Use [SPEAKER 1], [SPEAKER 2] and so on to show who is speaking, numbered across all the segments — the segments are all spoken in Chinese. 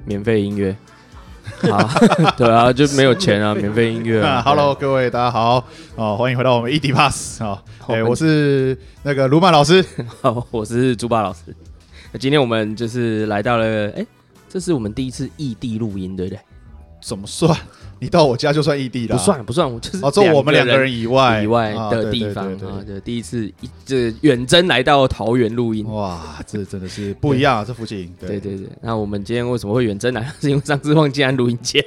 [SPEAKER 1] 免费音乐。好，对啊，就没有钱啊，免费音乐啊。
[SPEAKER 2] Hello， 各位大家好，欢迎回到我们 ED Pass 啊，我是那个卢曼老师，
[SPEAKER 1] 好，我是猪爸老师。今天我们就是来到了，这是我们第一次异地录音，对不对？
[SPEAKER 2] 怎么算？你到我家就算异地了？
[SPEAKER 1] 不算，我就是
[SPEAKER 2] 只有我们两个人以外
[SPEAKER 1] 的地方啊，就第一次这远征来到桃园录音，
[SPEAKER 2] 哇，这真的是不一样啊，这附近。
[SPEAKER 1] 对，那我们今天为什么会远征来？是因为上次忘记按录音键。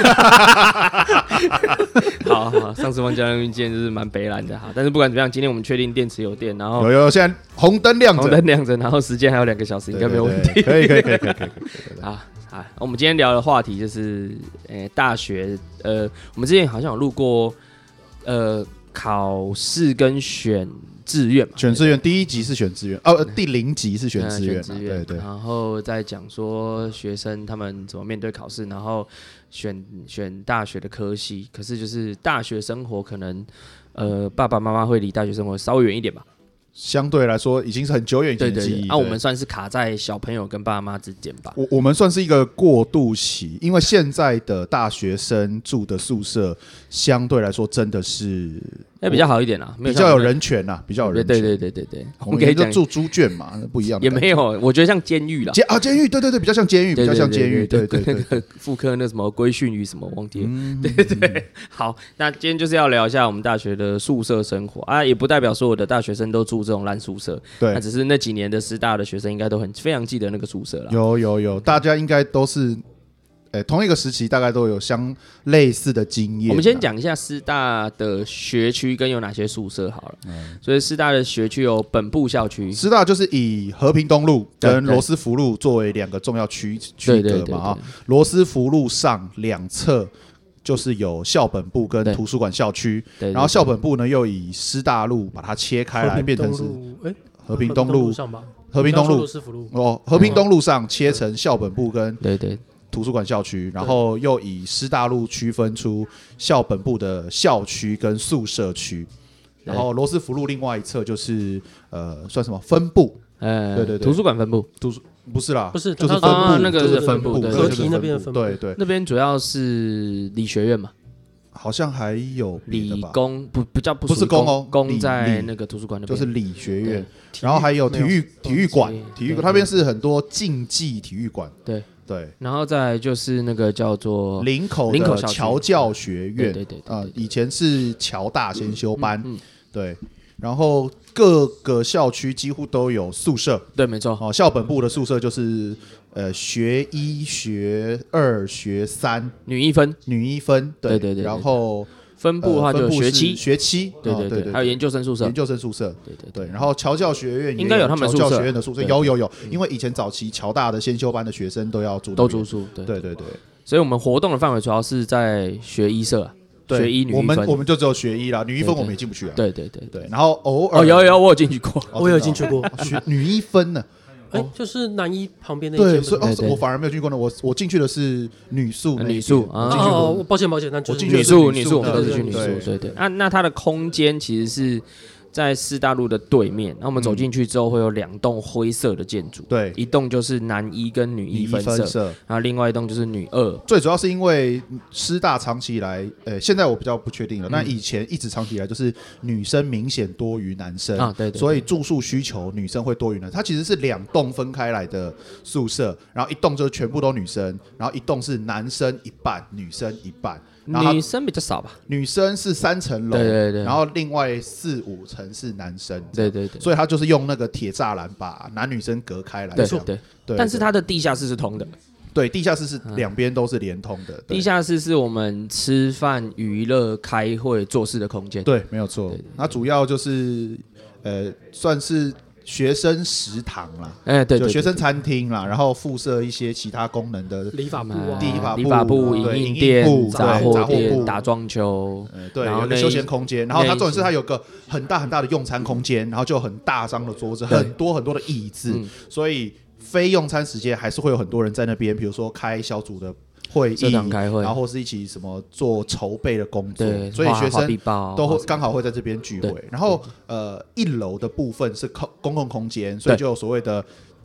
[SPEAKER 1] 好，上次忘记按录音键就是蛮北蓝的哈，但是不管怎么样，今天我们确定电池有电，然后
[SPEAKER 2] 有，现在红灯亮着，
[SPEAKER 1] 然后时间还有2个小时，应该没有问题。
[SPEAKER 2] 可以。
[SPEAKER 1] 好，我们今天聊的话题就是大学，我们之前好像有录过考试跟选志愿嘛，
[SPEAKER 2] 选志愿第1集是选志愿，第0集是选志愿，对，
[SPEAKER 1] 然后再讲说学生他们怎么面对考试，然后选大学的科系，可是就是大学生活可能爸爸妈妈会离大学生活稍微远一点吧。
[SPEAKER 2] 相对来说已经是很久远以前的记忆。
[SPEAKER 1] 我们算是卡在小朋友跟爸妈之间吧。
[SPEAKER 2] 我们算是一个过渡期，因为现在的大学生住的宿舍相对来说真的是
[SPEAKER 1] 比较好一点啦，
[SPEAKER 2] 比较有人权啦，比较有人权。
[SPEAKER 1] 对，
[SPEAKER 2] 我们可以住猪圈嘛，不一样的。
[SPEAKER 1] 也没有，我觉得像监狱啦。
[SPEAKER 2] 监狱，对，比较像监狱，比较像监狱。对，
[SPEAKER 1] 那个复刻那什么规训与什么忘记了。对。好，那今天就是要聊一下我们大学的宿舍生活啊，也不代表所有的大学生都住这种烂宿舍。
[SPEAKER 2] 对，
[SPEAKER 1] 那只是那几年的师大的学生应该都非常记得那个宿舍啦。
[SPEAKER 2] 有，大家应该都是。同一个时期大概都有相类似的经验。
[SPEAKER 1] 我们先讲一下师大的学区跟有哪些宿舍好了。所以师大的学区有本部校区，
[SPEAKER 2] 师大就是以和平东路跟罗斯福路作为2个重要区隔嘛啊。罗斯福路上2侧就是有校本部跟图书馆校区，然后校本部呢又以师大路把它切开来，变成是和平东路上吧。和平东路和平东路上切成校本部跟图书馆校区，然后又以师大路区分出校本部的校区跟宿舍区，然后罗斯福路另外一侧就是算什么分部？对，
[SPEAKER 1] 图书馆分部，
[SPEAKER 2] 不是啦，
[SPEAKER 3] 不是，
[SPEAKER 2] 就是分部，
[SPEAKER 1] 那个是分部，
[SPEAKER 3] 合体那边的分部，
[SPEAKER 2] 对，
[SPEAKER 1] 那边主要是理学院嘛，
[SPEAKER 2] 好像还有
[SPEAKER 1] 理工，不
[SPEAKER 2] 是工哦，
[SPEAKER 1] 工在那个图书馆那边，
[SPEAKER 2] 就是理学院，然后还有体育馆，那边是很多竞技体育馆，对，
[SPEAKER 1] 然后再来就是那个叫做
[SPEAKER 2] 林口的侨教学院，对，以前是侨大先修班，对，然后各个校区几乎都有宿舍，
[SPEAKER 1] 对，没错，
[SPEAKER 2] 校本部的宿舍就是学1、学2、学3，
[SPEAKER 1] 女一分，
[SPEAKER 2] 对，然后。
[SPEAKER 1] 分部的话就学
[SPEAKER 2] 7，
[SPEAKER 1] 对，还有研究生宿舍，
[SPEAKER 2] 对，然后侨教学院
[SPEAKER 1] 应该有他们
[SPEAKER 2] 侨教学院的宿舍，有，因为以前早期侨大的先修班的学生都住宿，对，
[SPEAKER 1] 所以我们活动的范围主要是在学1社，学1女一分，
[SPEAKER 2] 我们就只有学1啦，女一分我们也进不去啊，
[SPEAKER 1] 对，
[SPEAKER 2] 然后偶尔
[SPEAKER 1] 有我有进去过，
[SPEAKER 3] 我有进去过，
[SPEAKER 2] 女一分呢。
[SPEAKER 3] 就是南一旁边那一间，
[SPEAKER 2] 所以我反而没有进去过呢。我进去的是女宿
[SPEAKER 3] 哦，抱歉，那
[SPEAKER 1] 我
[SPEAKER 3] 进
[SPEAKER 1] 去女宿，我们都是去女宿，对。那它的空间其实是在师大路的对面，然后我们走进去之后会有2栋灰色的建筑，
[SPEAKER 2] 对，
[SPEAKER 1] 一栋就是男一跟女一分社，然后另外一栋就是女2。
[SPEAKER 2] 最主要是因为师大长期以来，现在我比较不确定了，但以前一直长期以来就是女生明显多于男生啊，对，所以住宿需求女生会多于男生。它其实是2栋分开来的宿舍，然后一栋就全部都女生，然后一栋是男生一半，女生一半。
[SPEAKER 1] 女生比较少吧，
[SPEAKER 2] 女生是3层楼，对，然后另外4、5层是男生，对，所以他就是用那个铁栅栏把男女生隔开来，
[SPEAKER 1] 对，但是它的地下室是通的，
[SPEAKER 2] 对，地下室是2边都是连通的，
[SPEAKER 1] 地下室是我们吃饭、娱乐、开会、做事的空间，
[SPEAKER 2] 对，没有错，它主要就是算是。学生食堂啦，就学生餐厅啦，然后附设一些其他功能的
[SPEAKER 3] 理发
[SPEAKER 1] 部、影印店、杂货店、打装球，
[SPEAKER 2] 对，有个休闲空间。然后它重点是它有个很大很大的用餐空间，然后就很大张的桌子，很多很多的椅子，所以非用餐时间还是会有很多人在那边，比如说开小组的会议，然后或是一起什么做筹备的工作，所以学生都刚好会在这边聚会。然后1楼的部分是公共空间，所以就有所谓的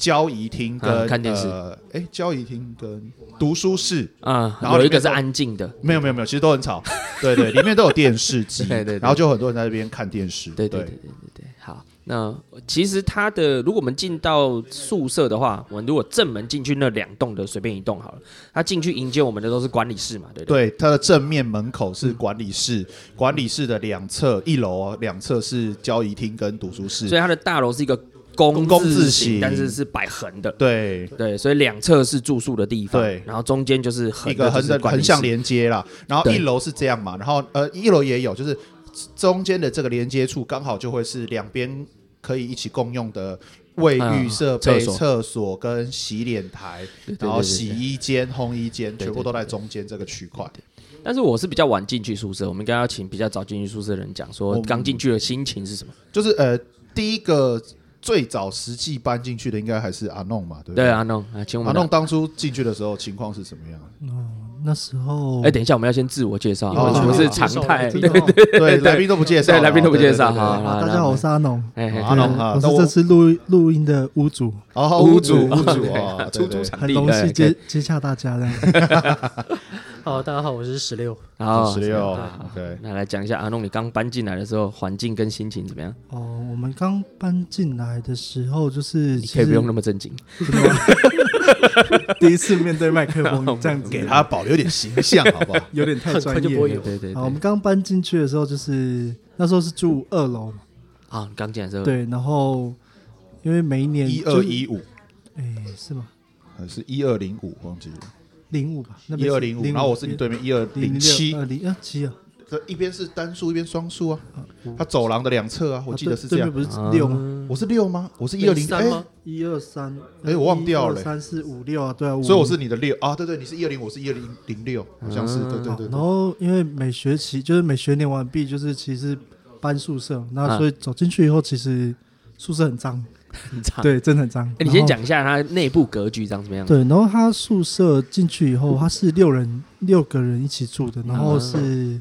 [SPEAKER 2] 交谊厅跟
[SPEAKER 1] 看电视，
[SPEAKER 2] 交谊厅跟读书室
[SPEAKER 1] 啊，
[SPEAKER 2] 然后
[SPEAKER 1] 有一个是安静的，
[SPEAKER 2] 没有，其实都很吵，对，里面都有电视机，
[SPEAKER 1] 对，
[SPEAKER 2] 然后就很多人在那边看电视，
[SPEAKER 1] 对，好。那其实它的，如果我们进到宿舍的话，我们如果正门进去那2栋的随便一栋好了，它进去迎接我们的都是管理室嘛，对不对？
[SPEAKER 2] 对，它的正面门口是管理室，管理室的2侧，1楼2侧是交谊厅跟读书室，
[SPEAKER 1] 所以它的大楼是一个公字形，但是是摆横的，
[SPEAKER 2] 对，
[SPEAKER 1] 所以2侧是住宿的地方，对，然后中间就是
[SPEAKER 2] 一个横向连接啦，然后1楼是这样嘛，然后1楼也有，就是中间的这个连接处刚好就会是2边可以一起共用的卫浴设备、厕所跟洗脸台，然后洗衣间、烘衣间全部都在中间这个区块。
[SPEAKER 1] 但是我是比较晚进去宿舍，我们应该要请比较早进去宿舍的人讲说刚进去的心情是什么。
[SPEAKER 2] 就是第一个最早实际搬进去的应该还是阿弄嘛，对不对？
[SPEAKER 1] 对，阿弄，
[SPEAKER 2] 阿弄当初进去的时候情况是什么样？
[SPEAKER 4] 那时候，
[SPEAKER 1] 等一下，我们要先自我介绍，我们是常态，
[SPEAKER 2] 对，来宾都不介绍，
[SPEAKER 1] 来宾都不介绍。
[SPEAKER 4] 好，大家好，我是阿农，
[SPEAKER 2] 阿农啊，
[SPEAKER 4] 我是这次录音的屋主，
[SPEAKER 2] 屋主啊，
[SPEAKER 1] 出租场地，
[SPEAKER 4] 很荣幸接洽大家这样。
[SPEAKER 3] 好，大家好，我是16，
[SPEAKER 2] 好，16 ，OK，
[SPEAKER 1] 那来讲一下阿农，你刚搬进来的时候，环境跟心情怎么样？
[SPEAKER 4] 我们刚搬进来的时候，就是
[SPEAKER 1] 你可以不用那么正经。
[SPEAKER 4] 第一次面对麦克风，这样
[SPEAKER 2] 给他保留点形象，好不好？
[SPEAKER 4] 有点太专业了。对。好，我们刚搬进去的时候，就是那时候是住2楼嘛。
[SPEAKER 1] 啊，你刚进来的时候。
[SPEAKER 4] 对，然后因为每一年
[SPEAKER 2] 1215，
[SPEAKER 4] 是吗？
[SPEAKER 2] 还是1205？忘记了。
[SPEAKER 4] 05吧
[SPEAKER 2] ，1205。然后我是你对面
[SPEAKER 4] 1207啊。
[SPEAKER 2] 这一边是单数，一边双数啊。它走廊的2侧啊，我记得是这样。
[SPEAKER 4] 对面不是6吗？
[SPEAKER 2] 我是6吗？我是120
[SPEAKER 3] 吗
[SPEAKER 4] ？123。
[SPEAKER 2] 我忘掉了。
[SPEAKER 4] 3、4、5、6啊，对啊。
[SPEAKER 2] 所以我是你的6啊，对，你是120，我是1006，好像是，对。
[SPEAKER 4] 然后因为每学期就是每学年完毕，就是其实搬宿舍，那所以走进去以后，其实宿舍很脏。对，真的很脏。
[SPEAKER 1] 你先讲一下它内部格局长什么样？
[SPEAKER 4] 对，然后它宿舍进去以后，它是6个人一起住的，然后是，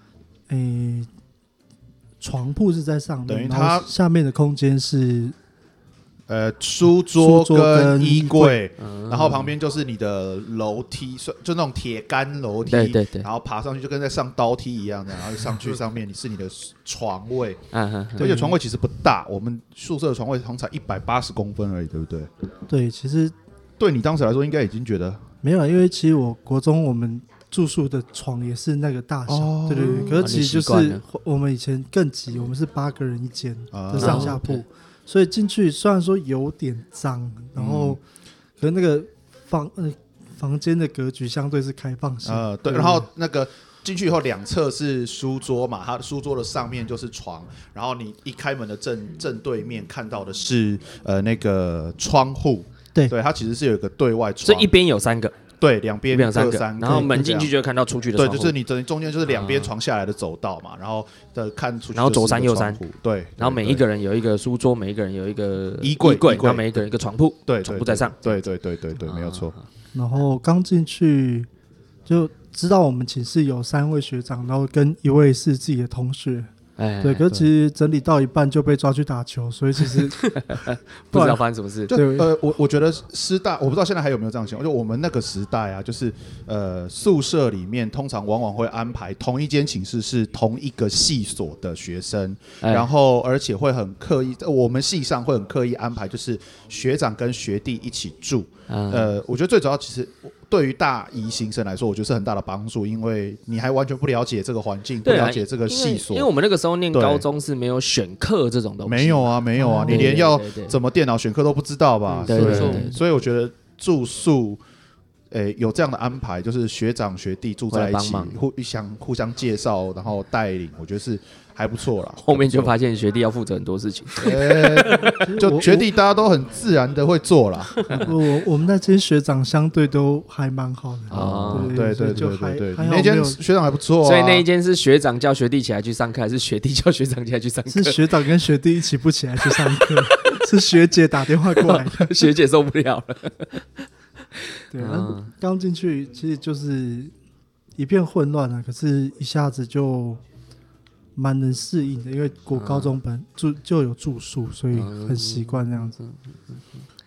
[SPEAKER 4] 床铺是在上面，
[SPEAKER 2] 等于它
[SPEAKER 4] 下面的空间是，
[SPEAKER 2] 书桌跟衣柜，然后旁边就是你的楼梯，就那种铁杆楼梯，
[SPEAKER 1] 对，
[SPEAKER 2] 然后爬上去就跟在上刀梯一样的，然后上去上面你是你的床位，而且床位其实不大，我们宿舍的床位好像才180公分而已，对不对？
[SPEAKER 4] 对，其实
[SPEAKER 2] 对你当时来说应该已经觉得
[SPEAKER 4] 没有，因为其实国中我们住宿的床也是那个大小，对，可是其实就是我们以前更挤，我们是8个人一间的上下铺。所以进去虽然说有点脏，然后可是那个房间的格局相对是开放性，
[SPEAKER 2] 对，然后那个进去以后2侧是书桌嘛，它书桌的上面就是床，然后你一开门的正对面看到的是那个窗户，对，它其实是有一个对外窗，
[SPEAKER 1] 所以一边有3个。
[SPEAKER 2] 对，两边各3个，
[SPEAKER 1] 然后门进去就会看到出去的窗户。
[SPEAKER 2] 对，就是你中间就是2边床下来的走道嘛，然后看出去，
[SPEAKER 1] 然后左3右3，
[SPEAKER 2] 对，
[SPEAKER 1] 然后每一个人有一个书桌，每一个人有一个
[SPEAKER 2] 衣柜，
[SPEAKER 1] 然后每一个人一个床铺，
[SPEAKER 2] 对，
[SPEAKER 1] 床铺在上，
[SPEAKER 2] 对，没有错。
[SPEAKER 4] 然后刚进去就知道我们寝室有3位学长，然后跟1位是自己的同学。对，可是其实整理到一半就被抓去打球，所以其实
[SPEAKER 1] 不知道发生什么事。
[SPEAKER 2] 我觉得师大，我不知道现在还有没有这样情况。就我们那个时代啊，就是宿舍里面通常往往会安排同一间寝室是同一个系所的学生，然后而且会很刻意，我们系上会很刻意安排，就是学长跟学弟一起住。我觉得最主要其实对于大一新生来说，我觉得是很大的帮助，因为你还完全不了解这个环境，不了解这个系所。
[SPEAKER 1] 因为我们那个时候念高中是没有选课这种东西，
[SPEAKER 2] 没有啊，你连要怎么电脑选课都不知道吧？所以我觉得住宿。有这样的安排，就是学长学弟住在一起，互相介绍，然后带领，我觉得是还不错啦。
[SPEAKER 1] 后面就发现学弟要负责很多事情，
[SPEAKER 2] 就学弟大家都很自然的会做啦。
[SPEAKER 4] 我们那间学长相对都还蛮好的
[SPEAKER 2] 啊，对，
[SPEAKER 4] 那
[SPEAKER 2] 间学长还不错啊。
[SPEAKER 1] 所以那一间是学长叫学弟起来去上课，还是学弟叫学长起来去上课？
[SPEAKER 4] 是学长跟学弟一起不起来去上课，是学姐打电话过来的，
[SPEAKER 1] 学姐受不了了。
[SPEAKER 4] 对，刚进去其实就是一片混乱啊，可是一下子就蛮能适应的，因为国高中就有住宿，所以很习惯这样子。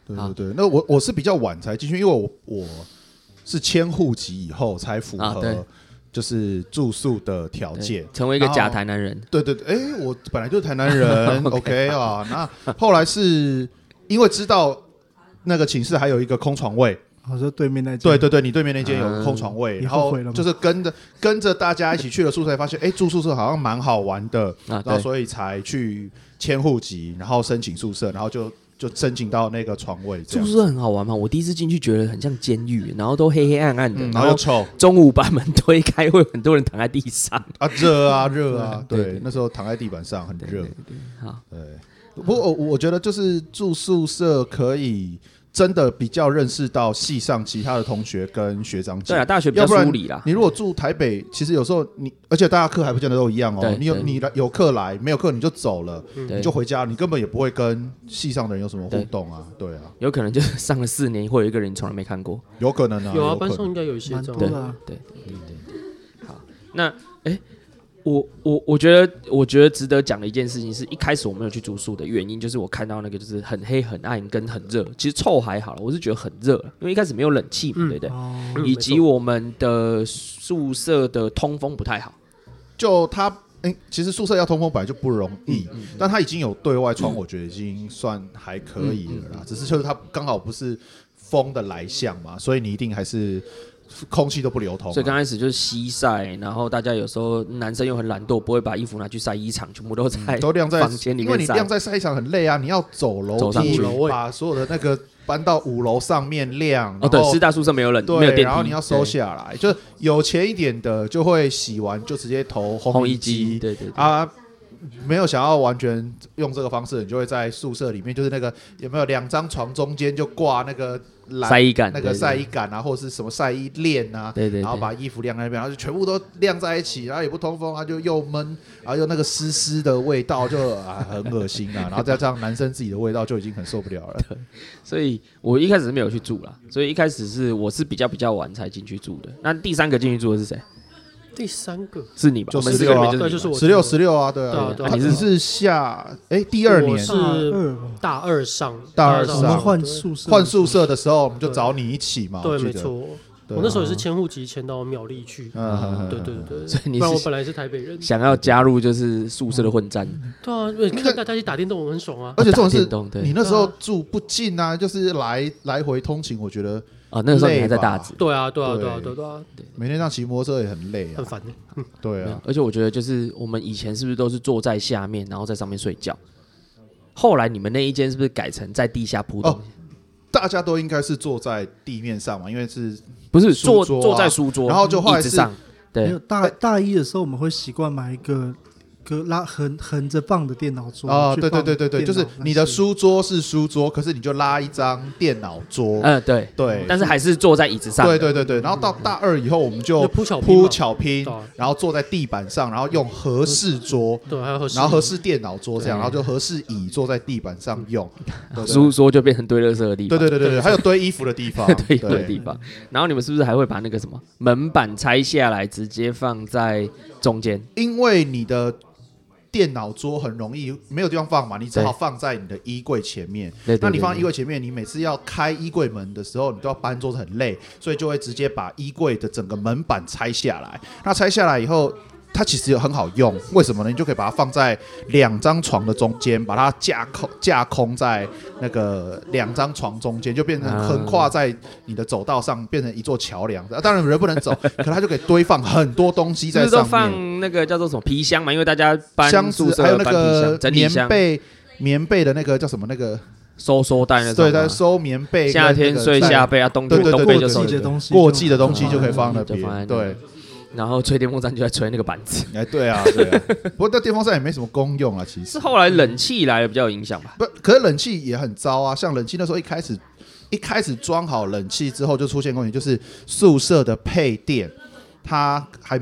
[SPEAKER 2] 对对对，那我是比较晚才进去，因为我是迁户籍以后才符合就是住宿的条件，
[SPEAKER 1] 成为一个假台南人。
[SPEAKER 2] 对对对，我本来就是台南人，OK 啊。那后来是因为知道那个寝室还有一个空床位。
[SPEAKER 4] 好像对面那间，
[SPEAKER 2] 对对对，你对面那间有空床位，然后就是跟着大家一起去了宿舍，发现住宿舍好像蛮好玩的，然后所以才去迁户籍，然后申请宿舍，然后就申请到那个床位。
[SPEAKER 1] 住宿舍很好玩吗？我第一次进去觉得很像监狱，然后都黑黑暗暗的，
[SPEAKER 2] 然后又臭，
[SPEAKER 1] 中午把门推开会有很多人躺在地上
[SPEAKER 2] 啊，热啊，对，那时候躺在地板上很热。好，对，不过我觉得就是住宿舍可以。真的比较认识到系上其他的同学跟学长姐。
[SPEAKER 1] 对啊，大学比较疏离啦。
[SPEAKER 2] 你如果住台北，其实有时候而且大家课还不见得都一样哦。你有课来，没有课你就走了，你就回家，你根本也不会跟系上的人有什么互动啊。对啊，
[SPEAKER 1] 有可能就是上了4年，会有一个人你从来没看过。
[SPEAKER 2] 有可能啊，
[SPEAKER 3] 有啊，班上应该有一些这样。
[SPEAKER 1] 对。好，那我觉得值得讲的一件事情是，一开始我没有去住宿的原因，就是我看到那个就是很黑、很暗跟很热。其实臭还好了，我是觉得很热，因为一开始没有冷气嘛，对不对？以及我们的宿舍的通风不太好。
[SPEAKER 2] 就它，其实宿舍要通风本来就不容易，但它已经有对外窗，我觉得已经算还可以了啦。只是就是它刚好不是风的来向嘛，所以你一定还是。空气都不流通，
[SPEAKER 1] 所以刚开始就是西晒，然后大家有时候男生又很懒惰，不会把衣服拿去晒衣场，全部都
[SPEAKER 2] 晾在
[SPEAKER 1] 房间里面晒，
[SPEAKER 2] 因为你晾在晒衣场很累啊，你要走楼梯，把所有的那个搬到5楼上面晾。
[SPEAKER 1] 对，师大宿舍没有冷，没有电梯，
[SPEAKER 2] 然后你要收下来。就有钱一点的就会洗完就直接投烘衣机，
[SPEAKER 1] 对
[SPEAKER 2] 啊。没有想要完全用这个方式，你就会在宿舍里面，就是那个有没有2张床中间就挂那个
[SPEAKER 1] 晒衣杆，
[SPEAKER 2] 那个晒衣杆啊，或者是什么晒衣链啊，
[SPEAKER 1] 对，
[SPEAKER 2] 然后把衣服晾在那边，然后就全部都晾在一起，然后也不通风，就又闷，然后又那个湿的味道就很恶心啊，然后再加上男生自己的味道就已经很受不了了。
[SPEAKER 1] 对，所以我一开始是没有去住啦，所以一开始我是比较晚才进去住的。那第3个进去住的是谁？
[SPEAKER 3] 第3个
[SPEAKER 1] 是你吧？
[SPEAKER 2] 就16啊，
[SPEAKER 3] 对，就是我
[SPEAKER 2] 16啊，对啊。你是下第2年，
[SPEAKER 3] 我是大二上，
[SPEAKER 4] 我们换
[SPEAKER 2] 宿舍的时候，我们就找你一起嘛。
[SPEAKER 3] 对，没错。我那时候也是迁户籍迁到苗栗去，对。
[SPEAKER 1] 所以你
[SPEAKER 3] 不然我本来是台北人，
[SPEAKER 1] 想要加入就是宿舍的混战。
[SPEAKER 3] 对啊，因为看大家去打电动很爽啊。
[SPEAKER 2] 而且重点是，你那时候住不近啊，就是来回通勤，我觉得。
[SPEAKER 1] 那个时候你还在大直。
[SPEAKER 3] 对啊，
[SPEAKER 2] 每天这样骑摩托车也很累啊，
[SPEAKER 3] 很烦的。
[SPEAKER 2] 对啊，
[SPEAKER 1] 而且我觉得就是我们以前是不是都是坐在下面，然后在上面睡觉？后来你们那一间是不是改成在地下铺东西？
[SPEAKER 2] 大家都应该是坐在地面上嘛，因为
[SPEAKER 1] 不是坐在书桌，
[SPEAKER 2] 然后就后来是上。
[SPEAKER 1] 对，
[SPEAKER 4] 大一的时候我们会习惯买一个。横着放的电脑桌
[SPEAKER 2] 对，就是你的书桌是书桌，可是你就拉一张电脑桌，
[SPEAKER 1] 对，
[SPEAKER 2] 但
[SPEAKER 1] 是还是坐在椅子上，
[SPEAKER 2] 对，然后到大2以后，我们就铺巧拼，然后坐在地板上，然后用和式桌，
[SPEAKER 3] 对，还有和式，
[SPEAKER 2] 然后和式电脑桌这样，然后就和式椅坐在地板上用，
[SPEAKER 1] 书桌就变成堆垃圾的地方，
[SPEAKER 2] 对，还有堆衣服的地方，
[SPEAKER 1] 堆衣服的地方，然后你们是不是还会把那个什么门板拆下来，直接放在中间？
[SPEAKER 2] 因为你的电脑桌很容易没有地方放嘛，你只好放在你的衣柜前面。那你放在衣柜前面，你每次要开衣柜门的时候，你都要搬桌子，很累，所以就会直接把衣柜的整个门板拆下来。那拆下来以后，它其实也很好用，为什么呢？你就可以把它放在2张床的中间，把它架空在那个2张床中间，就变成横跨在你的走道上，变成一座桥梁。当然人不能走，可它就可以堆放很多东西在上面。
[SPEAKER 1] 都放那个叫做什么皮箱嘛？因为大家搬宿舍
[SPEAKER 2] 还有那
[SPEAKER 1] 个
[SPEAKER 2] 棉被的那个叫什么那个。
[SPEAKER 1] 收袋那种，
[SPEAKER 2] 对，在收棉被，
[SPEAKER 1] 夏天睡下被啊，冬天就收
[SPEAKER 2] 过季的东西就可以放那边，对。
[SPEAKER 1] 然后吹电风扇就在吹那个板子，
[SPEAKER 2] 对啊，不过那电风扇也没什么功用啊，其实
[SPEAKER 1] 是后来冷气来了比较有影响吧。
[SPEAKER 2] 不，可是冷气也很糟啊，像冷气那时候一开始装好冷气之后就出现问题，就是宿舍的配电它还没有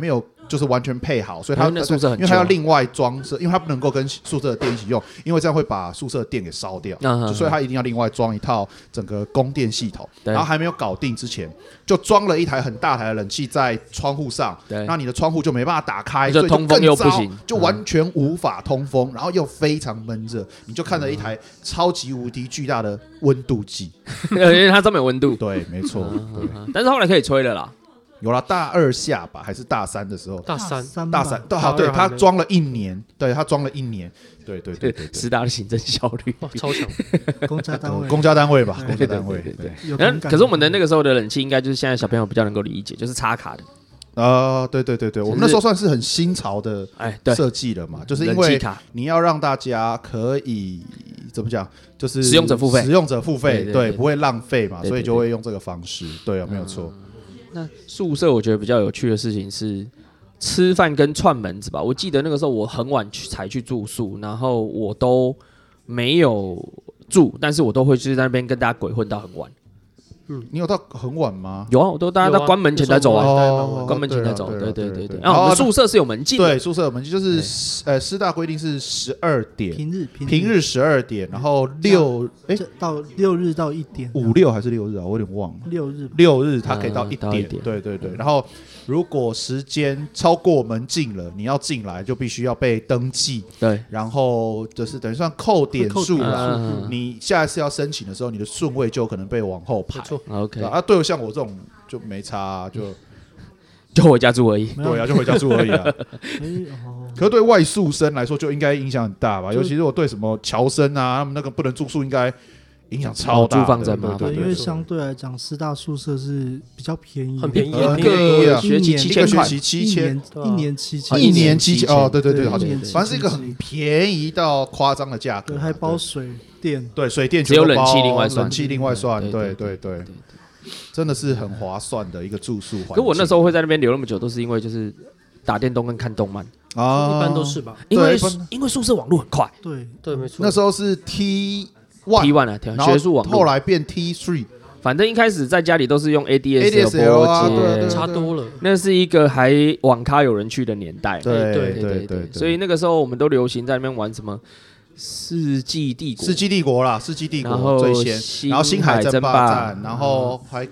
[SPEAKER 2] 就是完全配好，所以它
[SPEAKER 1] 那宿舍很
[SPEAKER 2] 因为它要另外装设，因为它不能够跟宿舍的电一起用，因为这样会把宿舍的电给烧掉，所以它一定要另外装一套整个供电系统。然后还没有搞定之前，就装了一台很大台的冷气在窗户上，那你的窗户就没办法打开，所以
[SPEAKER 1] 通风又不行，
[SPEAKER 2] 就完全无法通风，然后又非常闷热，你就看着一台超级无敌巨大的温度计，
[SPEAKER 1] 因为它上面有温度。
[SPEAKER 2] 对，没错。
[SPEAKER 1] 但是后来可以吹了啦。
[SPEAKER 2] 有啦，大2下吧，还是大3的时候？
[SPEAKER 3] 大三，
[SPEAKER 2] 对，他装了1年，对，对，
[SPEAKER 1] 师大的行政效率
[SPEAKER 3] 超强，
[SPEAKER 2] 公家单位吧，公家单位，
[SPEAKER 1] 对。可是我们的那个时候的冷气，应该就是现在小朋友比较能够理解，就是插卡的。
[SPEAKER 2] 对，我们那时候算是很新潮的设计了嘛，就是因为你要让大家可以怎么讲，就是
[SPEAKER 1] 使用者付费，
[SPEAKER 2] 对，不会浪费嘛，所以就会用这个方式，对啊，没有错。
[SPEAKER 1] 那宿舍我觉得比较有趣的事情是吃饭跟串门子吧。我记得那个时候我很晚才去住宿，然后我都没有住，但是我都会就是在那边跟大家鬼混到很晚。
[SPEAKER 2] 你有到很晚吗？
[SPEAKER 1] 有啊，我都大家到关门前才走啊，关门前才走。对。然后我们宿舍是有门禁的，
[SPEAKER 2] 对，宿舍有门禁，就是师大规定是12点，平日12点，然后
[SPEAKER 4] 到6日到1点
[SPEAKER 2] ，5、6还是6日啊？我有点忘了。6日它可以到1点，对。然后如果时间超过门禁了，你要进来就必须要被登记，对，然后就是等于算扣点数啦。你下一次要申请的时候，你的顺位就可能被往后排。
[SPEAKER 1] OK
[SPEAKER 2] 啊，对，像我这种就没差，
[SPEAKER 1] 就回家住而已。
[SPEAKER 2] 对啊，就回家住而已啊。可是对外宿生来说，就应该影响很大吧？尤其是我对什么侨生啊，他们那个不能住宿，应该影响超大。
[SPEAKER 1] 住房真麻烦，
[SPEAKER 4] 因为相对来讲，师大宿舍是比较便宜，
[SPEAKER 3] 很便宜，
[SPEAKER 2] 很便宜啊，
[SPEAKER 1] 学期7000块，
[SPEAKER 4] 一年7000，
[SPEAKER 2] 一年7000哦，对，好像反正是一个很便宜到夸张的价格，
[SPEAKER 4] 还包水电，
[SPEAKER 2] 对，水电
[SPEAKER 1] 只有冷气
[SPEAKER 2] 另外算，对，真的是很划算的一个住宿环境。
[SPEAKER 1] 可我那时候会在那边留那么久，都是因为就是打电动跟看动漫
[SPEAKER 3] 啊，一般都是吧？
[SPEAKER 1] 因为宿舍网络很快，
[SPEAKER 3] 对，没错。
[SPEAKER 2] 那时候是 T1
[SPEAKER 1] 啊，学术网络，
[SPEAKER 2] 后来变 T3。
[SPEAKER 1] 反正一开始在家里都是用 ADSL
[SPEAKER 2] 啊，
[SPEAKER 3] 对，差多了。
[SPEAKER 1] 那是一个还网咖有人去的年代，
[SPEAKER 2] 对。
[SPEAKER 1] 所以那个时候我们都流行在那边玩什么世纪帝国最先，然后星海争霸战，然后还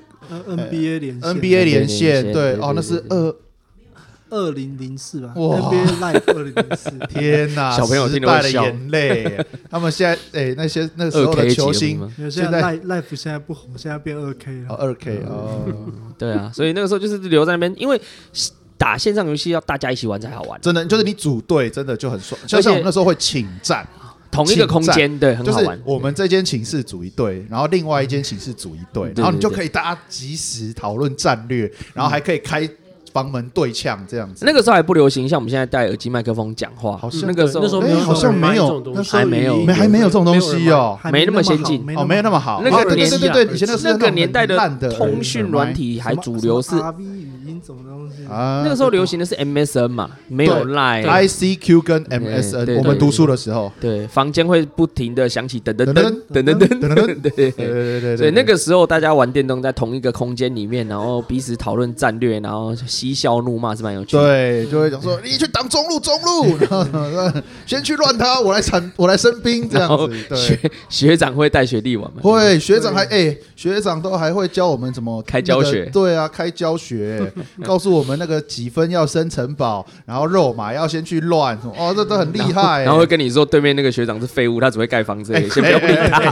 [SPEAKER 4] NBA
[SPEAKER 2] 连线，对，那是
[SPEAKER 4] 2004吧 ，NBA Live 2004。
[SPEAKER 2] 天哪，
[SPEAKER 1] 小朋友听了
[SPEAKER 2] 眼泪。他们现在那时候的球星，
[SPEAKER 4] 现在 Live 现在不红，现在变2K 了。
[SPEAKER 2] 2K
[SPEAKER 1] 对啊，所以那个时候就是留在那边，因为打线上游戏要大家一起玩才好玩。
[SPEAKER 2] 真的，就是你组队真的就很爽。像我们那时候会请战。
[SPEAKER 1] 同一个空间，对，很好玩。
[SPEAKER 2] 就是我们这间寝室组一队，然后另外一间寝室组一队，然后你就可以大家及时讨论战略，然后还可以开房门对呛这样子。
[SPEAKER 1] 那个时候还不流行像我们现在戴耳机麦克风讲话，
[SPEAKER 2] 好像
[SPEAKER 1] 那个时候
[SPEAKER 2] 好像没有，
[SPEAKER 1] 还没有
[SPEAKER 2] 这种东西哦，
[SPEAKER 1] 没那么先进
[SPEAKER 2] 哦，没有那么好。
[SPEAKER 1] 那个年
[SPEAKER 2] 对，以前
[SPEAKER 1] 那个年代的通讯软体还主流是
[SPEAKER 4] RV 语音什么东西
[SPEAKER 1] 啊？那个时候流行的是 MSN 嘛，没有
[SPEAKER 2] Line、ICQ 跟 MSN。我们读书的时候，
[SPEAKER 1] 对，房间会不停的响起噔噔噔噔噔噔，对，所以那个时候大家玩电动在同一个空间里面，然后彼此讨论战略，然后嬉笑怒骂是蛮有趣的。
[SPEAKER 2] 对，就会讲说你去挡中路，然后先去乱他，我来升兵这样子。对，
[SPEAKER 1] 学长会带学弟玩吗？
[SPEAKER 2] 会，学长学长都还会教我们怎么
[SPEAKER 1] 开教学。
[SPEAKER 2] 对啊，开教学，告诉我们那个几分要升城堡，然后肉马要先去乱，这都很厉害。
[SPEAKER 1] 然后会跟你说对面那个学长是废物，他只会盖房子而已，先不要理他。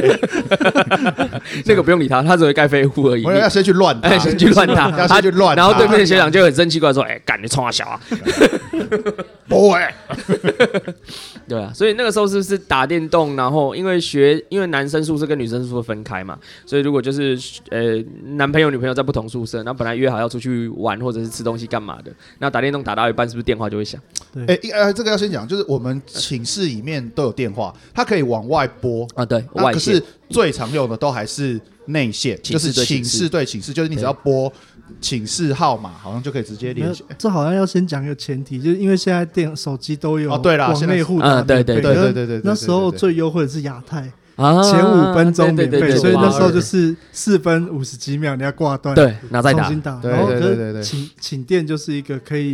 [SPEAKER 1] 那个不用理他，他只会盖废物而已。
[SPEAKER 2] 我要先去乱他，
[SPEAKER 1] 先去乱他，
[SPEAKER 2] 要先去乱他。
[SPEAKER 1] 然后对面的学长就很生气过来说：“干你冲啊小啊！”
[SPEAKER 2] 不会。
[SPEAKER 1] 对啊，所以那个时候是不是打电动？然后因为男生宿舍跟女生宿舍分开嘛，所以如果就是男朋友女朋友在不同宿舍，那本来约好要出去玩或者是吃东西干嘛的，那打电动打到一半，是不是电话就会响？
[SPEAKER 2] 这个要先讲，就是我们寝室里面都有电话，它可以往外拨
[SPEAKER 1] 啊，对，外线。
[SPEAKER 2] 可是最常用的都还是内线，就是寝室对寝室，就是你只要拨寝室号码，好像就可以直接联系。
[SPEAKER 4] 这好像要先讲一个前提，就是因为现在手机都有
[SPEAKER 2] 对啦，
[SPEAKER 4] 往内互打，
[SPEAKER 2] 对。
[SPEAKER 4] 那时候最优惠的是亚太。前5分钟免费，所以那时候就是4分50几秒你要挂断，
[SPEAKER 1] 对，然后再打，
[SPEAKER 4] 重新打。然后请电就是一个可以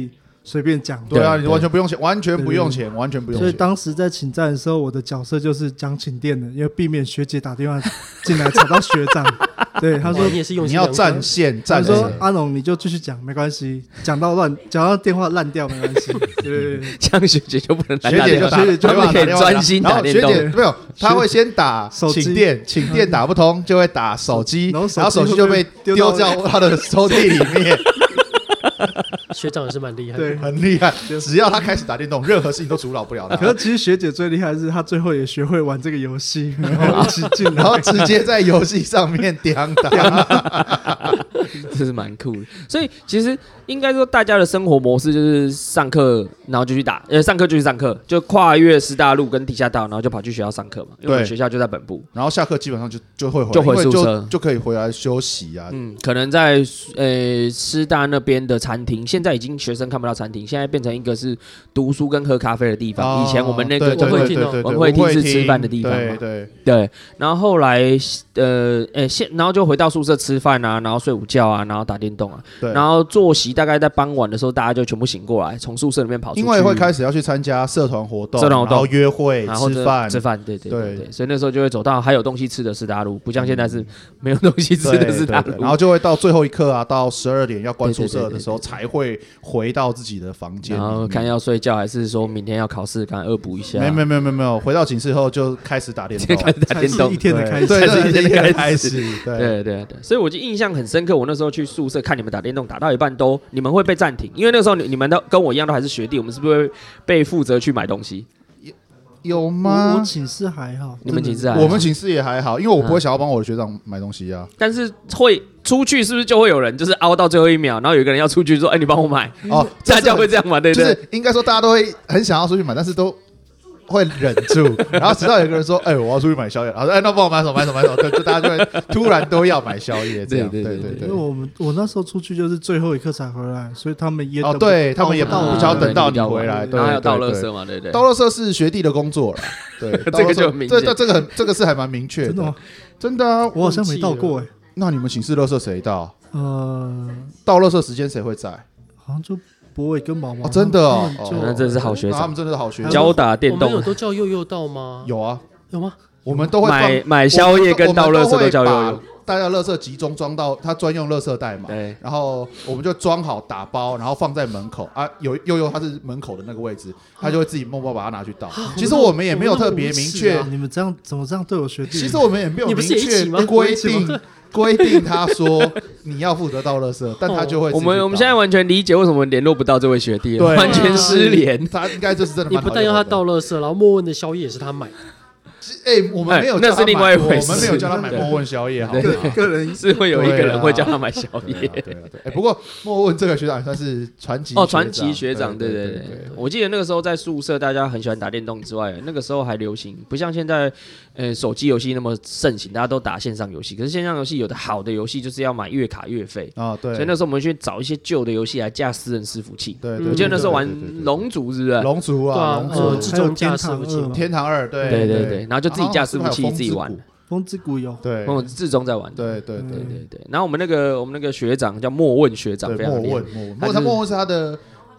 [SPEAKER 4] 随便讲。
[SPEAKER 2] 对啊，你完全不用钱，完全不用钱，完全不用钱。
[SPEAKER 4] 所以当时在请战的时候，我的角色就是讲请电的，因为避免学姐打电话进来吵到学长。对，他说
[SPEAKER 3] 你也是用
[SPEAKER 2] 你要占线，
[SPEAKER 4] 他说阿龙你就继续讲，没关系，讲到电话烂掉没关系。对，
[SPEAKER 1] 这样学姐就不能来
[SPEAKER 2] 打电话，学姐就
[SPEAKER 1] 可以专心打电动。
[SPEAKER 2] 学姐没有，他会先打请电打不通就会打手机，然后手机就被丢到他的抽屉里面。
[SPEAKER 3] 学长也是蛮厉害的，
[SPEAKER 2] 对，很厉害。只要他开始打电动，任何事情都阻挠不了他。
[SPEAKER 4] 可是其实学姐最厉害的是，她最后也学会玩这个游戏，然后一起进来，
[SPEAKER 2] 然后直接在游戏上面刁打，
[SPEAKER 1] 这是蛮酷的。所以其实应该说，大家的生活模式就是上课，然后就去打，上课就去上课，就跨越师大路跟地下道，然后就跑去学校上课嘛。因为我们学校就在本部，
[SPEAKER 2] 然后下课基本上就会
[SPEAKER 1] 回宿舍，
[SPEAKER 2] 就可以回来休息啊。
[SPEAKER 1] 可能在师大那边的餐厅，现在已经学生看不到餐厅，现在变成一个是读书跟喝咖啡的地方。以前我们那个文会厅是吃饭的地方嘛，对。然后后来然后就回到宿舍吃饭啊，然后睡午觉啊，然后打电动啊，然后作息大概在傍晚的时候，大家就全部醒过来，从宿舍里面跑出去，
[SPEAKER 2] 因为会开始要去参加社团活动，然后约会、吃饭，对，
[SPEAKER 1] 所以那时候就会走到还有东西吃的师大路，不像现在是没有东西吃的师大路，
[SPEAKER 2] 然后就会到最后一刻啊，到12点要关宿舍的时候才会回到自己的房间，
[SPEAKER 1] 然后看要睡觉还是说明天要考试，赶快恶补一下。
[SPEAKER 2] 没有，回到寝室后就开始打电动，
[SPEAKER 4] 才是一天的开始，
[SPEAKER 2] 对，一天的开始，
[SPEAKER 1] 对，所以我就印象很深刻。我那时候去宿舍看你们打电动，打到一半你们会被暂停，因为那个时候你们都跟我一样都还是学弟，我们是不是会被负责去买东西？
[SPEAKER 2] 有吗？
[SPEAKER 4] 我寝室还好，
[SPEAKER 1] 你们寝室还好？
[SPEAKER 2] 我们寝室也还好，因为我不会想要帮我的学长买东西啊。
[SPEAKER 1] 但是会出去，是不是就会有人就是凹到最后一秒，然后有一个人要出去说：“哎，你帮我买。”哦，大家会这样吗？对不对？
[SPEAKER 2] 就是应该说大家都会很想要出去买，但是都会忍住，然后直到有个人说：“哎，我要出去买宵夜。”然后说：“哎，那帮我买什么？就大家就会突然都要买宵夜，这样。对。
[SPEAKER 4] 因为我那时候出去就是最后一刻才回来，所以他们也
[SPEAKER 2] 对他们也不想要等到你回来，
[SPEAKER 1] 然后还有倒垃圾嘛，对不对？
[SPEAKER 2] 倒垃圾是学弟的工作了，对，
[SPEAKER 1] 这个就很明显，
[SPEAKER 2] 这个是还蛮明确的，
[SPEAKER 4] 真的吗？
[SPEAKER 2] 真的啊，
[SPEAKER 4] 我好像没倒过哎。
[SPEAKER 2] 那你们寝室垃圾谁倒？倒垃圾时间谁会在？
[SPEAKER 4] 好像就博伟跟毛毛，
[SPEAKER 2] 真的哦，
[SPEAKER 1] 那真的是好学长，
[SPEAKER 2] 他们真的是好学长。
[SPEAKER 1] 教打电动，
[SPEAKER 3] 我们有都叫佑佑到吗？
[SPEAKER 2] 有啊，
[SPEAKER 3] 有吗？
[SPEAKER 2] 我们都会
[SPEAKER 1] 买宵夜跟倒垃圾都叫佑佑。
[SPEAKER 2] 大家垃圾集中装到他专用垃圾袋嘛，对，然后我们就装好打包，然后放在门口啊。佑佑他是门口的那个位置，他就会自己默默把它拿去倒。其实我们也没有特别明确，
[SPEAKER 4] 你们这样怎么这样对我学弟？
[SPEAKER 2] 其实我们也没有明确规定他说你要负责倒垃圾，但他就会。我们
[SPEAKER 1] 现在完全理解为什么联络不到这位学弟，完全失联。
[SPEAKER 2] 他应该就是真的。
[SPEAKER 3] 你不但要他倒垃圾，然后莫问的宵夜也是他买。
[SPEAKER 2] 我们没有，
[SPEAKER 1] 那是另外一回事。
[SPEAKER 2] 我们没有叫他买莫问宵夜，好，
[SPEAKER 4] 个人
[SPEAKER 1] 是会有一个人会叫他买宵夜。
[SPEAKER 2] 对。不过莫问这个学长算是传奇
[SPEAKER 1] 传奇学长，对。我记得那个时候在宿舍，大家很喜欢打电动之外，那个时候还流行，不像现在手机游戏那么盛行，大家都打线上游戏。可是线上游戏有的好的游戏就是要买月卡月费啊，对。所以那时候我们去找一些旧的游戏来架私人伺服器。对，我记得那时候玩龙族，是不是？
[SPEAKER 2] 龙族啊，龙族，
[SPEAKER 3] 自动架伺服器，
[SPEAKER 2] 天堂2，对。
[SPEAKER 1] 然后就自己架伺服器自己玩，
[SPEAKER 4] 风之谷有，
[SPEAKER 2] 对，
[SPEAKER 1] 志中在玩，
[SPEAKER 2] 对。
[SPEAKER 1] 然后我们那个学长叫莫问学长，非常厉害。
[SPEAKER 2] 莫问是他的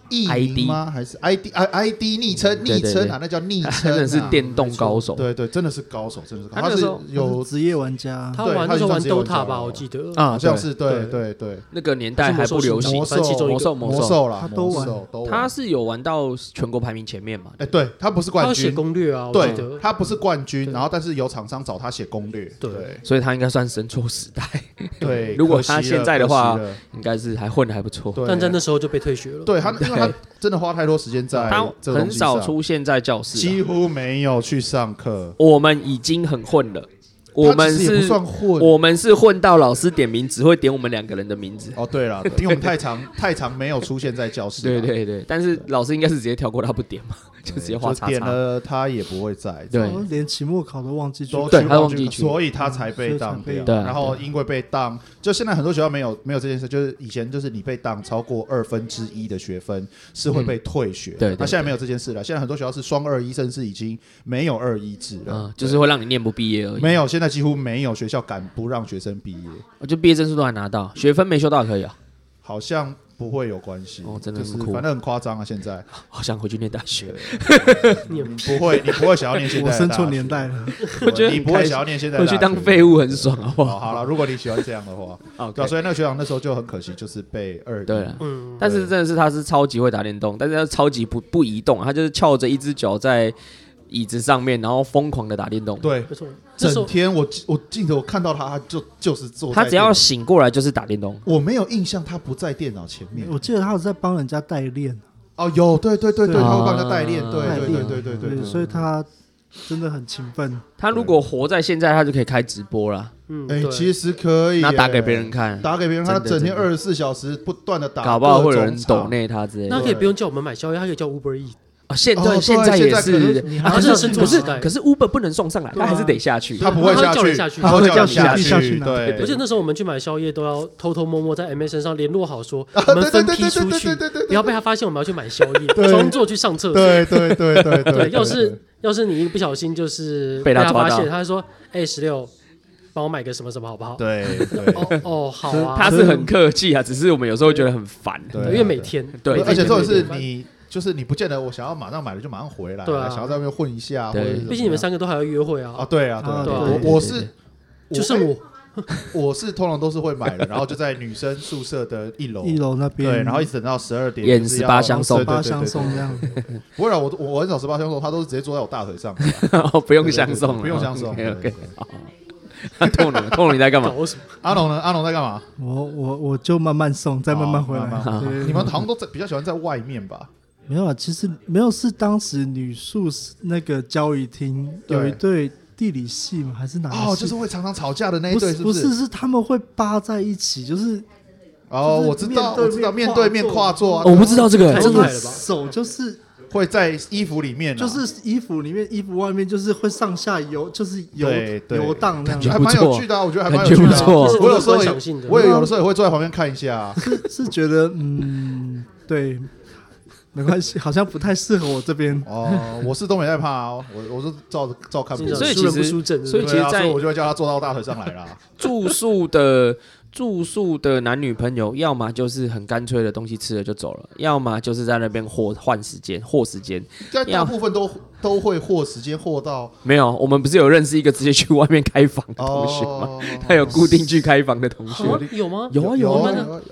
[SPEAKER 2] ID 吗？还是 ID 昵称啊？那叫昵称，
[SPEAKER 1] 真的是电动高手。
[SPEAKER 2] 对，真的是高手，真的是。
[SPEAKER 4] 他是有职业玩家，
[SPEAKER 3] 他那时候玩 DOTA 吧，我记得
[SPEAKER 2] 好像是对。
[SPEAKER 1] 那个年代还不流行
[SPEAKER 2] 魔兽啦，
[SPEAKER 4] 他都玩。
[SPEAKER 1] 他是有玩到全国排名前面嘛？
[SPEAKER 2] 对，他不是冠军，
[SPEAKER 3] 他写攻略啊，
[SPEAKER 2] 对，他不是冠军，然后但是有厂商找他写攻略，对，
[SPEAKER 1] 所以他应该算神错时代。
[SPEAKER 2] 对，
[SPEAKER 1] 如果他现在的话，应该是还混得还不错。
[SPEAKER 3] 但在那时候就被退学了。
[SPEAKER 2] 对他，因为他真的花太多时间在这个东西上，
[SPEAKER 1] 他很少出现在教室，
[SPEAKER 2] 几乎没有去上课。
[SPEAKER 1] 我们已经很混了。我们是混到老师点名只会点我们2个人的名字。
[SPEAKER 2] 哦，对了，因为我们太长没有出现在教室。
[SPEAKER 1] 对，但是老师应该是直接跳过他不点嘛，就直接画叉叉。
[SPEAKER 2] 点了他也不会在。
[SPEAKER 1] 对，
[SPEAKER 4] 连期末考都忘记去，
[SPEAKER 1] 对，他忘记去，
[SPEAKER 2] 所以他才被当掉。然后因为被当，就现在很多学校没有这件事，就是以前就是你被当超过1/2的学分是会被退学。对，那现在没有这件事了。现在很多学校是双2-1，甚至已经没有2-1制了，
[SPEAKER 1] 就是会让你念不毕业而已。
[SPEAKER 2] 没有，现在几乎没有学校敢不让学生毕业，
[SPEAKER 1] 就毕业证书都还拿到，学分没修到可以啊。
[SPEAKER 2] 好像不会有关系。
[SPEAKER 1] 真的
[SPEAKER 2] 就是反正很夸张啊！现在
[SPEAKER 1] 好想回去念大学。
[SPEAKER 2] 你不会想要念现在的大学。
[SPEAKER 4] 我生错年代了。
[SPEAKER 2] 我觉得你不会想要念现在的大学。
[SPEAKER 1] 回去当废物很爽，好不好？
[SPEAKER 2] 好了，如果你喜欢这样的话，对，所以那个学长那时候就很可惜，就是被2-1。
[SPEAKER 1] 对了，但是真的是他是超级会打电动，但是他超级不移动，他就是翘着一只脚在椅子上面，然后疯狂的打电动。
[SPEAKER 2] 对，没错。整天我记得我看到他就是坐在
[SPEAKER 1] 他只要醒过来就是打电动。
[SPEAKER 2] 我没有印象他不在电脑前面。
[SPEAKER 4] 我记得他有在帮人家代练。
[SPEAKER 2] 有，对，他会帮人家代练，对，
[SPEAKER 4] 所以他真的很勤奋。
[SPEAKER 1] 他如果活在现在，他就可以开直播了。
[SPEAKER 2] 其实可以，
[SPEAKER 1] 那打给别人看，
[SPEAKER 2] 他整天24小时不断的打，
[SPEAKER 1] 搞不好会有人抖内他之类的。
[SPEAKER 3] 那可以不用叫我们买宵夜，他可以叫 Uber Eats。
[SPEAKER 1] 现在也是，可是 Uber 不能送上来，他还是得下去。
[SPEAKER 2] 他不会下去，他会叫你下去。对，
[SPEAKER 3] 而且那时候我们去买宵夜都要偷偷摸摸在 MSN 上联络好，说我们分批出去，不要被他发现我们要去买宵夜，装作去上厕所。对，要是你一不小心就是被他发现，他说：“16，帮我买个什么什么好不好？”
[SPEAKER 2] 对，
[SPEAKER 3] 好啊。
[SPEAKER 1] 他是很客气啊，只是我们有时候觉得很烦，
[SPEAKER 3] 因为每天
[SPEAKER 2] 对，而且重点是你。就是你不见得我想要马上买了就马上回来，想要在外面混一下，或者
[SPEAKER 3] 毕竟你们3个都还要约会啊。
[SPEAKER 2] 对，我是
[SPEAKER 3] 就是
[SPEAKER 2] 我是通常都是会买的，然后就在女生宿舍的1楼
[SPEAKER 4] 那边，
[SPEAKER 2] 对，然后一直等到12点，
[SPEAKER 1] 演18相送
[SPEAKER 4] ，18相送这样。
[SPEAKER 2] 不会啦，我很少18相送，他都是直接坐在我大腿上，
[SPEAKER 1] 不用相送，
[SPEAKER 2] 不用相送。
[SPEAKER 1] OK。痛龙你在干嘛？
[SPEAKER 2] 阿龙呢？阿龙在干嘛？
[SPEAKER 4] 我就慢慢送，再慢慢回来。
[SPEAKER 2] 你们好像都比较喜欢在外面吧？
[SPEAKER 4] 没有啊，其实没有，是当时女宿那个交谊厅有一对地理系吗？还是哪个系？
[SPEAKER 2] 就是会常常吵架的那一对，
[SPEAKER 4] 不是，是他们会扒在一起，就是
[SPEAKER 2] 我知道，面对面跨坐啊。
[SPEAKER 1] 我不知道这个，
[SPEAKER 4] 真的手就是
[SPEAKER 2] 会在衣服里面，
[SPEAKER 4] 就是衣服里面，衣服外面就是会上下游，就是游荡那样，
[SPEAKER 2] 还蛮有趣的，我觉得还蛮有趣的。我有时候也会坐在旁边看一下，
[SPEAKER 4] 是觉得对。没关系，好像不太适合我这边。
[SPEAKER 2] 我是都没在怕我是照看。
[SPEAKER 1] 所以其实，
[SPEAKER 2] 所以我就会叫他坐到大腿上来啦。
[SPEAKER 1] 住宿的男女朋友，要么就是很干脆的东西吃了就走了，要么就是在那边货时间。
[SPEAKER 2] 但大部分都会货时间货到。
[SPEAKER 1] 没有，我们不是有认识一个直接去外面开房的同学吗？他有固定去开房的同学。
[SPEAKER 3] 有吗？
[SPEAKER 1] 有啊。
[SPEAKER 2] 有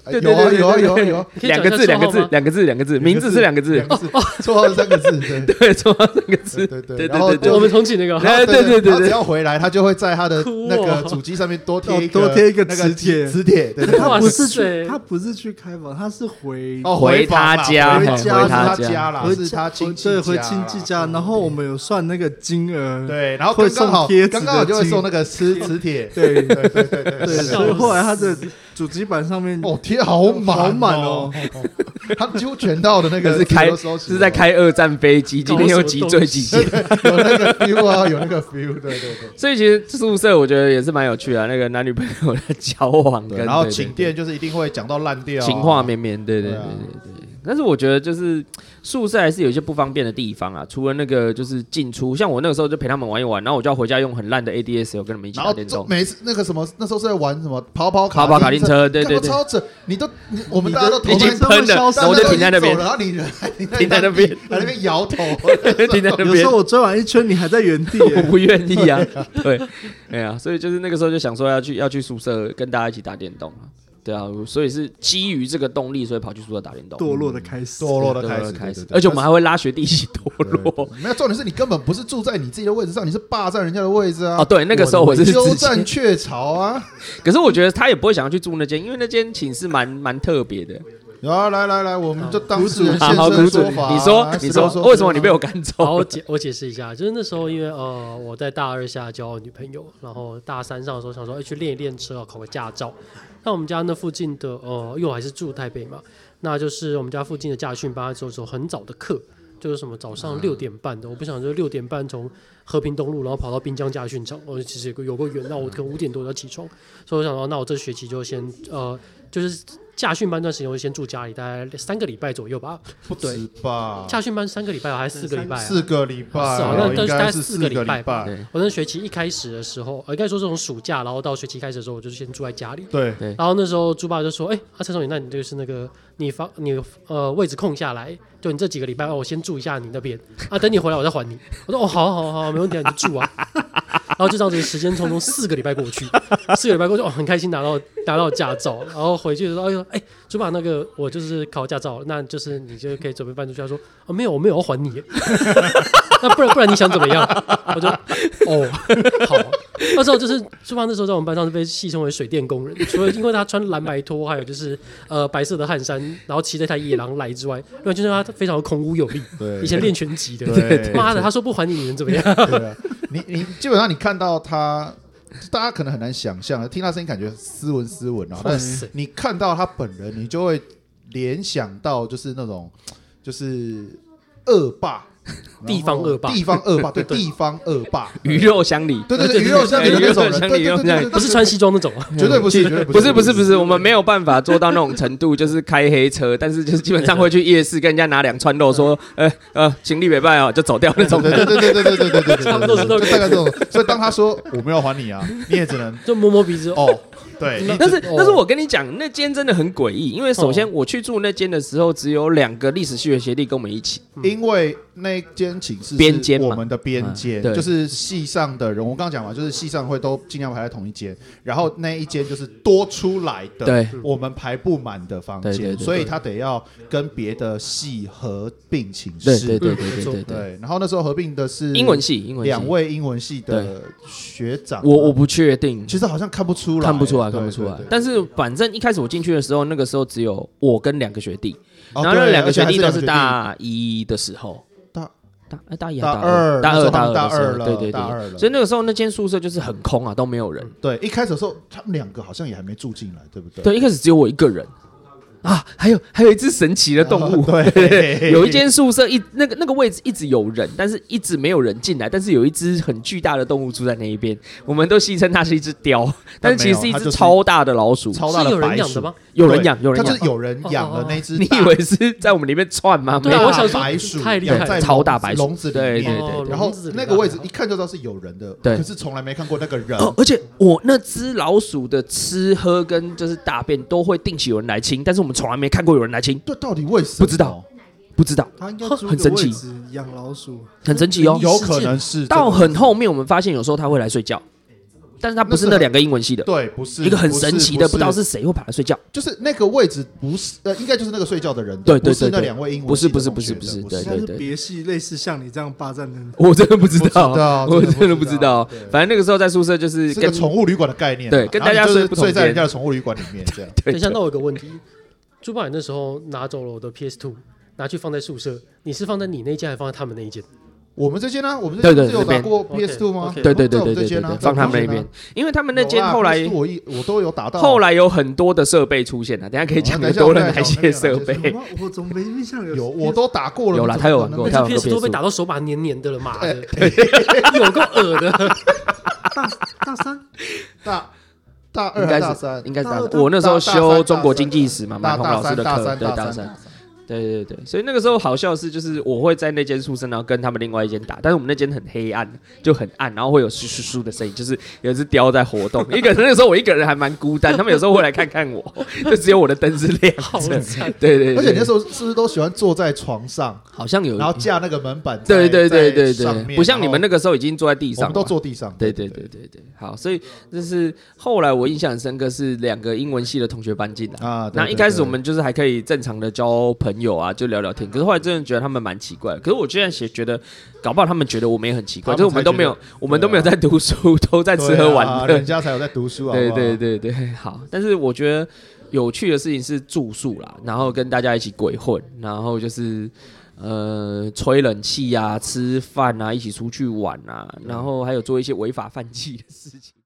[SPEAKER 1] 两个字，名字是2个字，
[SPEAKER 2] 绰号是3个字，
[SPEAKER 1] 对，绰号3个字，
[SPEAKER 2] 对。然后
[SPEAKER 3] 我们重启那个，
[SPEAKER 2] 对，只要回来，他就会在他的那个主机上面多贴一个磁铁，对，
[SPEAKER 4] 他不是去开房，他是回
[SPEAKER 1] 他家，
[SPEAKER 2] 回他家啦，是他亲戚家，
[SPEAKER 4] 回亲戚家。然后我们有算那个金额，
[SPEAKER 2] 对，然后刚好就会送那个磁铁，对，
[SPEAKER 4] 所以后来他的主机板上面
[SPEAKER 2] 贴好满哦，他几乎全套的那个
[SPEAKER 1] 是在开2战飞机，今天又击坠几件，
[SPEAKER 2] 有那个 feel 啊，有那个 feel，对。
[SPEAKER 1] 所以其实宿舍我觉得也是蛮有趣的，那个男女朋友的交往，
[SPEAKER 2] 然后寝殿就是一定会讲到烂掉，
[SPEAKER 1] 情话绵绵，对。但是我觉得就是宿舍还是有一些不方便的地方啊，除了那个就是进出，像我那个时候就陪他们玩一玩，然后我就要回家用很烂的 ADSL 跟他们一起打电动。
[SPEAKER 2] 每次那个什么，那时候是在玩什么跑卡
[SPEAKER 1] 丁车，对，
[SPEAKER 2] 超整，我们大家都
[SPEAKER 1] 已经喷了，然后我就停在那边，
[SPEAKER 2] 然后你
[SPEAKER 1] 停在那边，
[SPEAKER 2] 在那边摇头，
[SPEAKER 1] 停在那边。
[SPEAKER 4] 有时候我追完一圈，你还在原地，
[SPEAKER 1] 我不愿意啊。对，哎呀，所以就是那个时候就想说要去宿舍跟大家一起打电动啊。对啊，所以是基于这个动力，所以跑去宿舍打电动。
[SPEAKER 4] 堕落的开始，
[SPEAKER 1] 而且我们还会拉学弟一起堕落。
[SPEAKER 2] 没有，重点是你根本不是住在你自己的位置上，你是霸占人家的位置啊！
[SPEAKER 1] 对，那个时候我是
[SPEAKER 2] 鸠占鹊巢啊。
[SPEAKER 1] 可是我觉得他也不会想要去住那间，因为那间寝室蛮特别的。
[SPEAKER 2] 来，我们就当事人现身说法。
[SPEAKER 1] 你说，为什么你被我赶走？
[SPEAKER 3] 好，我解释一下，就是那时候因为我在大2下交女朋友，然后大3上的时候想说去练一练车，考个驾照。那我们家那附近的因为我还是住台北嘛，那就是我们家附近的驾训班只有很早的课，就是什么早上6点半的，我不想就6点半从和平东路然后跑到滨江驾训场，其实有个远，那我可能5点多要起床，所以我想说，那我这学期就先就是驾训班段时间，我先住家里，大概3个礼拜左右吧。
[SPEAKER 2] 不止吧？
[SPEAKER 3] 驾训班3个礼拜还是4个礼拜
[SPEAKER 2] ？4个礼拜，
[SPEAKER 3] 那大概是4个礼
[SPEAKER 2] 拜。
[SPEAKER 3] 我那学期一开始的时候，应该说这种暑假，然后到学期开始的时候，我就先住在家里。
[SPEAKER 2] 对。
[SPEAKER 3] 然后那时候猪爸就说：“陈总，那你就是那个你位置空下来，就你这几个礼拜，我先住一下你那边啊，等你回来我再还你。”我说：“好，没问题，你就住啊。”然后就这样子，时间匆匆4个礼拜过去，4个礼拜过去，很开心拿到驾照，然后回去的时候，猪爸那个我就是考驾照，那就是你就可以准备搬出去。他说：“没有，我没有要还你。”那不然你想怎么样？我就好。那时候就是猪爸那时候在我们班上是被戏称为水电工人，除了因为他穿蓝白拖，还有就是白色的汗衫，然后骑着一台野狼来之外，另外就是他非常的孔武有力。以前练拳击的，妈的，他说不还你能怎么样？
[SPEAKER 2] 对啊，你基本上你看到他。大家可能很难想象，听他声音感觉斯文但是你看到他本人，你就会联想到就是那种就是恶霸。
[SPEAKER 3] 地方恶霸，
[SPEAKER 2] 对，地方恶霸，
[SPEAKER 1] 鱼肉乡里，
[SPEAKER 2] 对，鱼肉乡里的那种人，对，
[SPEAKER 3] 不是穿西装那种，
[SPEAKER 2] 绝对不是，
[SPEAKER 1] 不是，我们没有办法做到那种程度，就是开黑车，但是就是基本上会去夜市跟人家拿2串肉，说，行李没办哦，就走掉那种。
[SPEAKER 2] 对，差不多是大概这种。所以当他说我没有还你啊，你也只能
[SPEAKER 3] 就摸摸鼻子哦。
[SPEAKER 2] 对，
[SPEAKER 1] 但是我跟你讲，那间真的很诡异，因为首先我去住那间的时候，只有2个历史系的学弟跟我们一起，
[SPEAKER 2] 因为那间寝室是我们的边间，就是系上的人，我刚刚讲嘛，就是系上会都尽量排在同一间，然后那一间就是多出来的，我们排不满的房间，所以他得要跟别的系合并寝室，对，然后那时候合并的是
[SPEAKER 1] 英文系
[SPEAKER 2] 2位英文系的学长，
[SPEAKER 1] 我不确定，
[SPEAKER 2] 其实好像看不出来。
[SPEAKER 1] 但是反正一开始我进去的时候，那个时候只有我跟2个学弟，然后那2个学弟都是大1的时候，大1、大2了，对，所以那个时候那间宿舍就是很空啊，都没有人。对，
[SPEAKER 2] 一开始的时候他们2个好像也还没住进来，对不对？
[SPEAKER 1] 对，一开始只有我一个人。啊，还有一只神奇的动物，对，有一间宿舍那个位置一直有人，但是一直没有人进来，但是有一只很巨大的动物住在那一边，我们都戏称它是一只雕，但是其实是一只超大的老鼠，
[SPEAKER 2] 超大的白鼠
[SPEAKER 3] 吗？
[SPEAKER 1] 有人养，
[SPEAKER 2] 它就是有人养的那只。
[SPEAKER 1] 你以为是在我们里面窜吗？
[SPEAKER 3] 对，我想说
[SPEAKER 2] 白鼠
[SPEAKER 3] 太厉害了，
[SPEAKER 1] 超大白鼠
[SPEAKER 2] 笼子里面，
[SPEAKER 1] 对，
[SPEAKER 2] 然后那个位置一看就知道是有人的，可是从来没看过那个人。
[SPEAKER 1] 而且我那只老鼠的吃喝跟就是大便都会定期有人来清，但是我们从来没看过有人来清。
[SPEAKER 2] 对，到底为什么？
[SPEAKER 1] 不知道，
[SPEAKER 4] 他应该
[SPEAKER 1] 很神奇，
[SPEAKER 4] 养老鼠
[SPEAKER 1] 很神奇哦，
[SPEAKER 2] 有可能是
[SPEAKER 1] 到很后面我们发现有时候他会来睡觉。但是他不是那2个英文系的，
[SPEAKER 2] 对，不是
[SPEAKER 1] 一个很神奇的，不知道是谁会跑来睡觉，
[SPEAKER 2] 就是那个位置不是应该就是那个睡觉的人，
[SPEAKER 1] 对，
[SPEAKER 2] 不是那2位英文系的，
[SPEAKER 1] 不是，
[SPEAKER 4] 对，是别系类似像你这样霸占的，
[SPEAKER 1] 我真的不知道，我真的不知道。反正那个时候在宿舍就是
[SPEAKER 2] 跟宠物旅馆的概念，
[SPEAKER 1] 对，跟大家
[SPEAKER 2] 睡在人家的宠物旅馆里面这样。
[SPEAKER 3] 等一下，那我有个问题，朱爸，你那时候拿走了我的 PS2，拿去放在宿舍，你是放在你那间，还是放在他们那一间？
[SPEAKER 2] 我们这间呢？我们这间是有打过 PS2 吗？
[SPEAKER 1] 对，放他们那边，因为他们那间后来
[SPEAKER 2] 我都有打到，
[SPEAKER 1] 后来有很多的设备出现了，等下可以讲很多人哪些设备。
[SPEAKER 4] 我怎么没印象
[SPEAKER 2] 有？我都打过了，
[SPEAKER 1] 有啦，他有玩过，他
[SPEAKER 3] PS2 被打到手把黏黏的了，妈的，有够恶的。
[SPEAKER 4] 大3、
[SPEAKER 2] 大2、大3，
[SPEAKER 1] 应该是大3。我那时候修中国经济史嘛，马洪老师的课，对，大3。对，所以那个时候好笑的是，就是我会在那间宿舍，然后跟他们另外一间打，但是我们那间很黑暗，就很暗，然后会有咻咻咻的声音，就是有一只雕在活动。那个时候我一个人还蛮孤单，他们有时候会来看看我，就只有我的灯是亮的。对，
[SPEAKER 2] 而且那时候是不是都喜欢坐在床上？
[SPEAKER 1] 好像有，
[SPEAKER 2] 然后架那个门板。
[SPEAKER 1] 对，不像你们那个时候已经坐在地上，
[SPEAKER 2] 我们都坐地上。
[SPEAKER 1] 对。好，所以就是后来我印象很深刻是2个英文系的同学搬进来啊。那一开始我们就是还可以正常的交朋友啊，就聊聊天。可是后来真的觉得他们蛮奇怪的。可是我现在也觉得，搞不好他们觉得我们也很奇怪，就是我们都没有在读书，都在吃喝玩乐，
[SPEAKER 2] 人家才有在读书啊。
[SPEAKER 1] 对，好。但是我觉得有趣的事情是住宿啦，然后跟大家一起鬼混，然后就是吹冷气啊、吃饭啊、一起出去玩啊，然后还有做一些违法犯纪的事情。